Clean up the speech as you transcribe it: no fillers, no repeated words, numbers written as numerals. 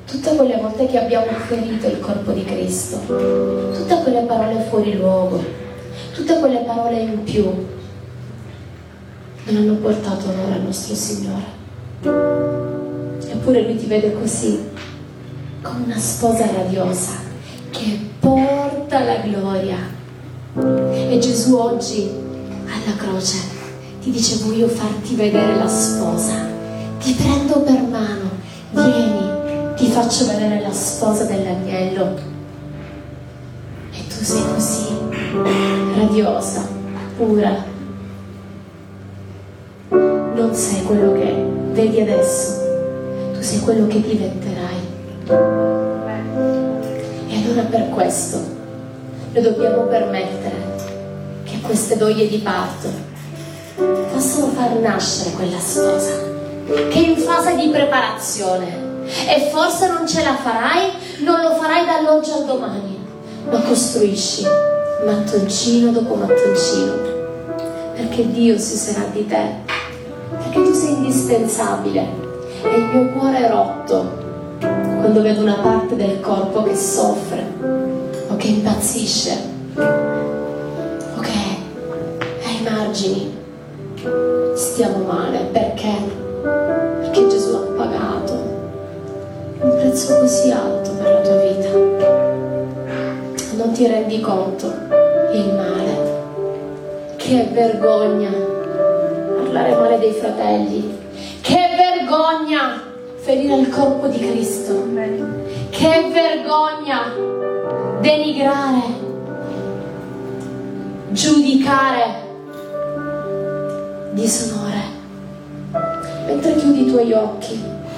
tutte quelle volte che abbiamo ferito il corpo di Cristo, tutte quelle parole fuori luogo, tutte quelle parole in più non hanno portato onore al nostro Signore. Eppure Lui ti vede così, come una sposa radiosa che porta la gloria. E Gesù oggi alla croce ti dice: voglio farti vedere la sposa, ti prendo per mano, vieni, ti faccio vedere la sposa dell'agnello. E tu sei così radiosa, pura. Non sei quello che vedi adesso, tu sei quello che diventerai. E allora per questo noi dobbiamo permettere che queste doglie di parto possano far nascere quella sposa che è in fase di preparazione. E forse non ce la farai, non lo farai dall'oggi al domani, ma costruisci mattoncino dopo mattoncino, perché Dio si userà di te, perché tu sei indispensabile. E il mio cuore è rotto quando vedo una parte del corpo che soffre o che impazzisce o che è ai margini. Stiamo male perché Gesù ha pagato un prezzo così alto per la tua vita. Non ti rendi conto il male, che vergogna parlare male dei fratelli, che vergogna ferire il corpo di Cristo, che vergogna denigrare, giudicare, disonore. Mentre chiudi i tuoi occhi,